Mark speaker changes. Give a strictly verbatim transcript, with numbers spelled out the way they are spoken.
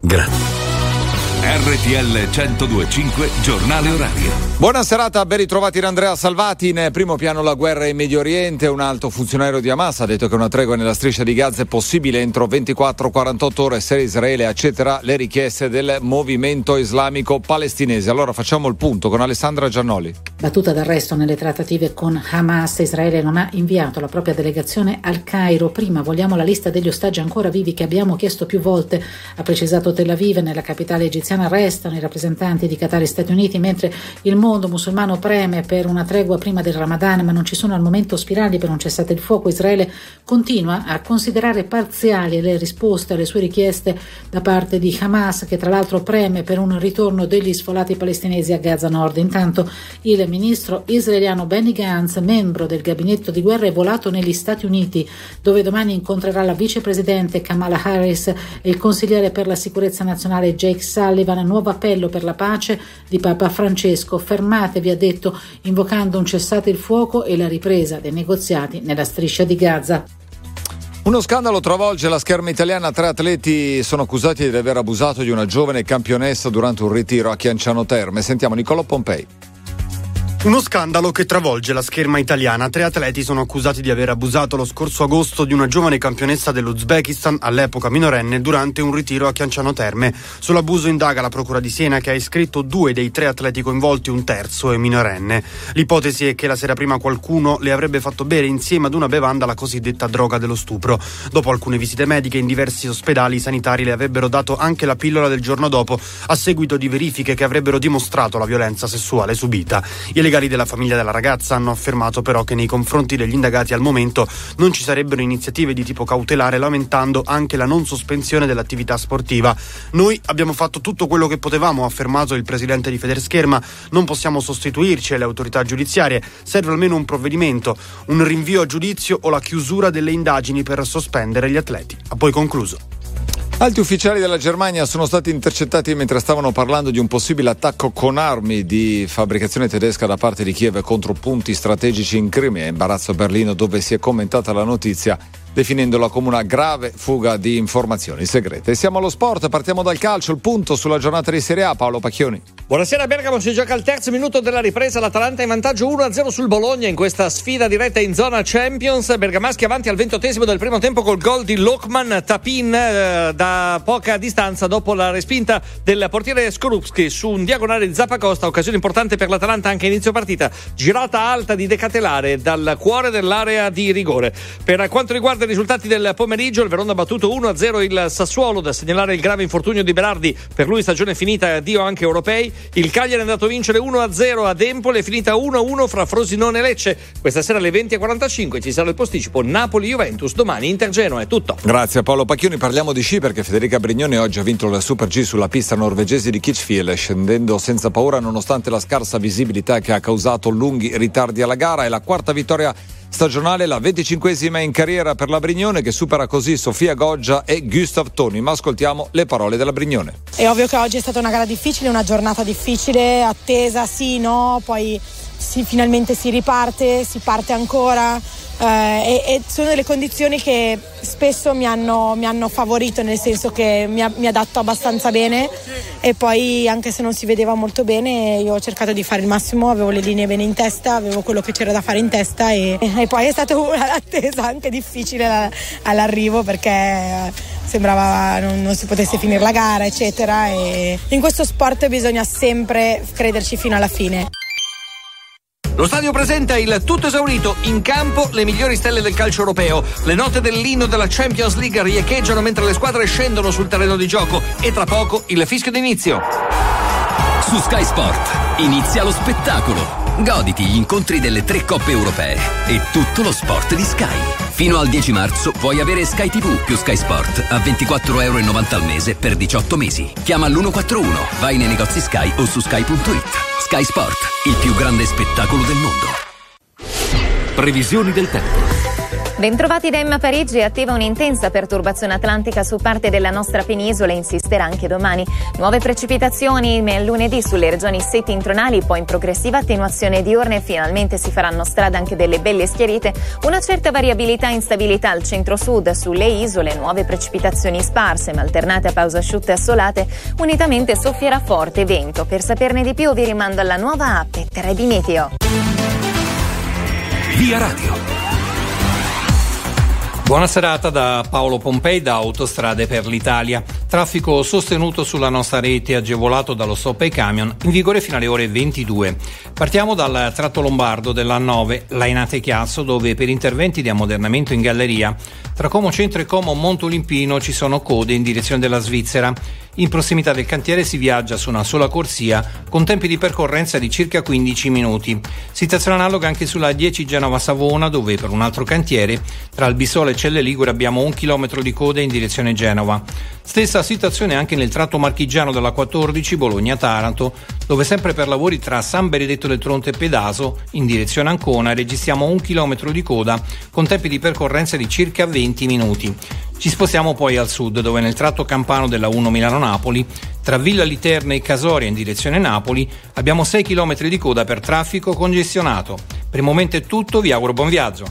Speaker 1: Grazie. R T L centodue e cinque Giornale Orario.
Speaker 2: Buona serata, ben ritrovati da Andrea Salvati. In primo piano la guerra in Medio Oriente. Un alto funzionario di Hamas ha detto che una tregua nella striscia di Gaza è possibile entro ventiquattro quarantotto ore se Israele accetterà le richieste del movimento islamico palestinese. Allora facciamo il punto con Alessandra Giannoli.
Speaker 3: Battuta d'arresto nelle trattative con Hamas, Israele non ha inviato la propria delegazione al Cairo. Prima vogliamo la lista degli ostaggi ancora vivi che abbiamo chiesto più volte, ha precisato Tel Aviv. Nella capitale egiziana restano i rappresentanti di Qatar e Stati Uniti, mentre il mondo musulmano preme per una tregua prima del Ramadan, ma non ci sono al momento spirali per un cessate il fuoco. Israele continua a considerare parziali le risposte alle sue richieste da parte di Hamas, che tra l'altro preme per un ritorno degli sfolati palestinesi a Gaza Nord. Intanto il ministro israeliano Benny Gantz, membro del gabinetto di guerra, è volato negli Stati Uniti, dove domani incontrerà la vicepresidente Kamala Harris e il consigliere per la sicurezza nazionale Jake Sullivan. Nuovo appello per la pace di Papa Francesco: fermatevi, ha detto, invocando un cessate il fuoco e la ripresa dei negoziati nella striscia di Gaza.
Speaker 2: Uno scandalo travolge la scherma italiana. Tre atleti sono accusati di aver abusato di una giovane campionessa durante un ritiro a Chianciano Terme. Sentiamo Niccolò Pompei.
Speaker 4: Uno scandalo che travolge la scherma italiana. Tre atleti sono accusati di aver abusato lo scorso agosto di una giovane campionessa dell'Uzbekistan, all'epoca minorenne, durante un ritiro a Chianciano Terme. Sull'abuso indaga la Procura di Siena, che ha iscritto due dei tre atleti coinvolti, un terzo è minorenne. L'ipotesi è che la sera prima qualcuno le avrebbe fatto bere insieme ad una bevanda la cosiddetta droga dello stupro. Dopo alcune visite mediche in diversi ospedali, i sanitari le avrebbero dato anche la pillola del giorno dopo, a seguito di verifiche che avrebbero dimostrato la violenza sessuale subita. I legali della famiglia della ragazza hanno affermato però che nei confronti degli indagati al momento non ci sarebbero iniziative di tipo cautelare, lamentando anche la non sospensione dell'attività sportiva. Noi abbiamo fatto tutto quello che potevamo, ha affermato il presidente di Federscherma. Non possiamo sostituirci alle autorità giudiziarie, serve almeno un provvedimento, un rinvio a giudizio o la chiusura delle indagini per sospendere gli atleti. Ha poi concluso.
Speaker 2: Alti ufficiali della Germania sono stati intercettati mentre stavano parlando di un possibile attacco con armi di fabbricazione tedesca da parte di Kiev contro punti strategici in Crimea. Imbarazzo a Berlino, dove si è commentata la notizia definendola come una grave fuga di informazioni segrete. Siamo allo sport, partiamo dal calcio, il punto sulla giornata di Serie A. Paolo Pacchioni.
Speaker 5: Buonasera, Bergamo si gioca al terzo minuto della ripresa, l'Atalanta in vantaggio uno a zero sul Bologna in questa sfida diretta in zona Champions. Bergamaschi avanti al ventottesimo del primo tempo col gol di Lokman Tapin eh, da poca distanza dopo la respinta del portiere Skorupski su un diagonale di Zappacosta. Occasione importante per l'Atalanta anche a inizio partita, girata alta di De Catelare dal cuore dell'area di rigore. Per quanto riguarda i risultati del pomeriggio, il Verona ha battuto uno a zero il Sassuolo, da segnalare il grave infortunio di Berardi, per lui stagione finita, addio anche europei. Il Cagliari è andato a vincere uno a zero a Empoli, è finita uno a uno fra Frosinone e Lecce. Questa sera alle venti e quarantacinque ci sarà il posticipo Napoli-Juventus, domani Inter-Genoa. È tutto.
Speaker 2: Grazie a Paolo Pacchioni. Parliamo di sci perché Federica Brignone oggi ha vinto la Super G sulla pista norvegese di Kitzbühel, scendendo senza paura nonostante la scarsa visibilità che ha causato lunghi ritardi alla gara. È la quarta vittoria stagionale, la venticinquesima in carriera per la Brignone, che supera così Sofia Goggia e Gustav Toni. Ma ascoltiamo le parole della Brignone.
Speaker 6: È ovvio che oggi è stata una gara difficile, una giornata difficile, attesa, sì, no, poi si, finalmente si riparte, si parte ancora. Eh, e, e sono delle condizioni che spesso mi hanno, mi hanno favorito, nel senso che mi, ha, mi adatto abbastanza bene, e poi anche se non si vedeva molto bene io ho cercato di fare il massimo, avevo le linee bene in testa, avevo quello che c'era da fare in testa, e, e poi è stata un'attesa anche difficile all'arrivo, perché sembrava non, non si potesse finire la gara, eccetera, e in questo sport bisogna sempre crederci fino alla fine.
Speaker 5: Lo stadio presenta il tutto esaurito, in campo le migliori stelle del calcio europeo. Le note dell'inno della Champions League riecheggiano mentre le squadre scendono sul terreno di gioco, e tra poco il fischio d'inizio.
Speaker 7: Su Sky Sport inizia lo spettacolo. Goditi gli incontri delle tre coppe europee e tutto lo sport di Sky. Fino al dieci marzo puoi avere Sky tivù più Sky Sport a ventiquattro euro e novanta al mese per diciotto mesi. Chiama l'uno quattro uno, vai nei negozi Sky o su sky punto it. Sky Sport, il più grande spettacolo del mondo.
Speaker 1: Previsioni del tempo.
Speaker 8: Bentrovati da Emma Parigi, è attiva un'intensa perturbazione atlantica su parte della nostra penisola e insisterà anche domani. Nuove precipitazioni lunedì sulle regioni settentrionali, poi in progressiva attenuazione diurna e finalmente si faranno strada anche delle belle schiarite. Una certa variabilità e instabilità al centro-sud, sulle isole, nuove precipitazioni sparse ma alternate a pause asciutte e assolate. Unitamente soffierà forte vento. Per saperne di più vi rimando alla nuova app Trebi Meteo.
Speaker 1: Via Radio.
Speaker 5: Buona serata da Paolo Pompei da Autostrade per l'Italia. Traffico sostenuto sulla nostra rete, agevolato dallo stop ai camion, in vigore fino alle ore ventidue. Partiamo dal tratto lombardo dell'A nove, Lainate Chiasso, dove per interventi di ammodernamento in galleria tra Como Centro e Como Montolimpino ci sono code in direzione della Svizzera. In prossimità del cantiere si viaggia su una sola corsia con tempi di percorrenza di circa quindici minuti. Situazione analoga anche sulla dieci Genova-Savona, dove per un altro cantiere tra Albissola e Celle Ligure abbiamo un chilometro di code in direzione Genova. Stessa situazione anche nel tratto marchigiano della quattordici Bologna-Taranto, dove sempre per lavori tra San Benedetto del Tronto e Pedaso in direzione Ancona registriamo un chilometro di coda con tempi di percorrenza di circa venti minuti. Ci spostiamo poi al sud, dove nel tratto campano della uno Milano-Napoli, tra Villa Literna e Casoria in direzione Napoli, abbiamo sei chilometri di coda per traffico congestionato. Per il momento è tutto, vi auguro buon viaggio.